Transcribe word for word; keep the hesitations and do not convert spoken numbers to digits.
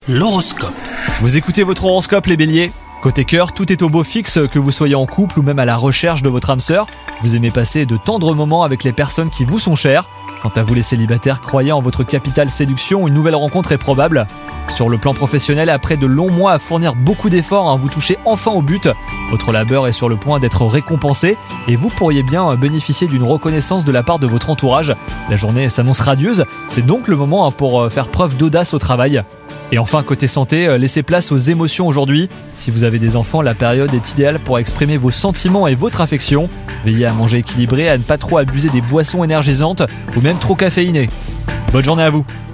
L'horoscope. Vous écoutez votre horoscope les béliers. Côté cœur, tout est au beau fixe, que vous soyez en couple ou même à la recherche de votre âme sœur. Vous aimez passer de tendres moments avec les personnes qui vous sont chères. Quant à vous les célibataires, croyez en votre capitale séduction, une nouvelle rencontre est probable. Sur le plan professionnel, après de longs mois à fournir beaucoup d'efforts, hein, vous touchez enfin au but. Votre labeur est sur le point d'être récompensé et vous pourriez bien bénéficier d'une reconnaissance de la part de votre entourage. La journée s'annonce radieuse, c'est donc le moment hein, pour faire preuve d'audace au travail. Et enfin, côté santé, laissez place aux émotions aujourd'hui. Si vous avez des enfants, la période est idéale pour exprimer vos sentiments et votre affection. Veillez à manger équilibré, à ne pas trop abuser des boissons énergisantes ou même trop caféinées. Bonne journée à vous!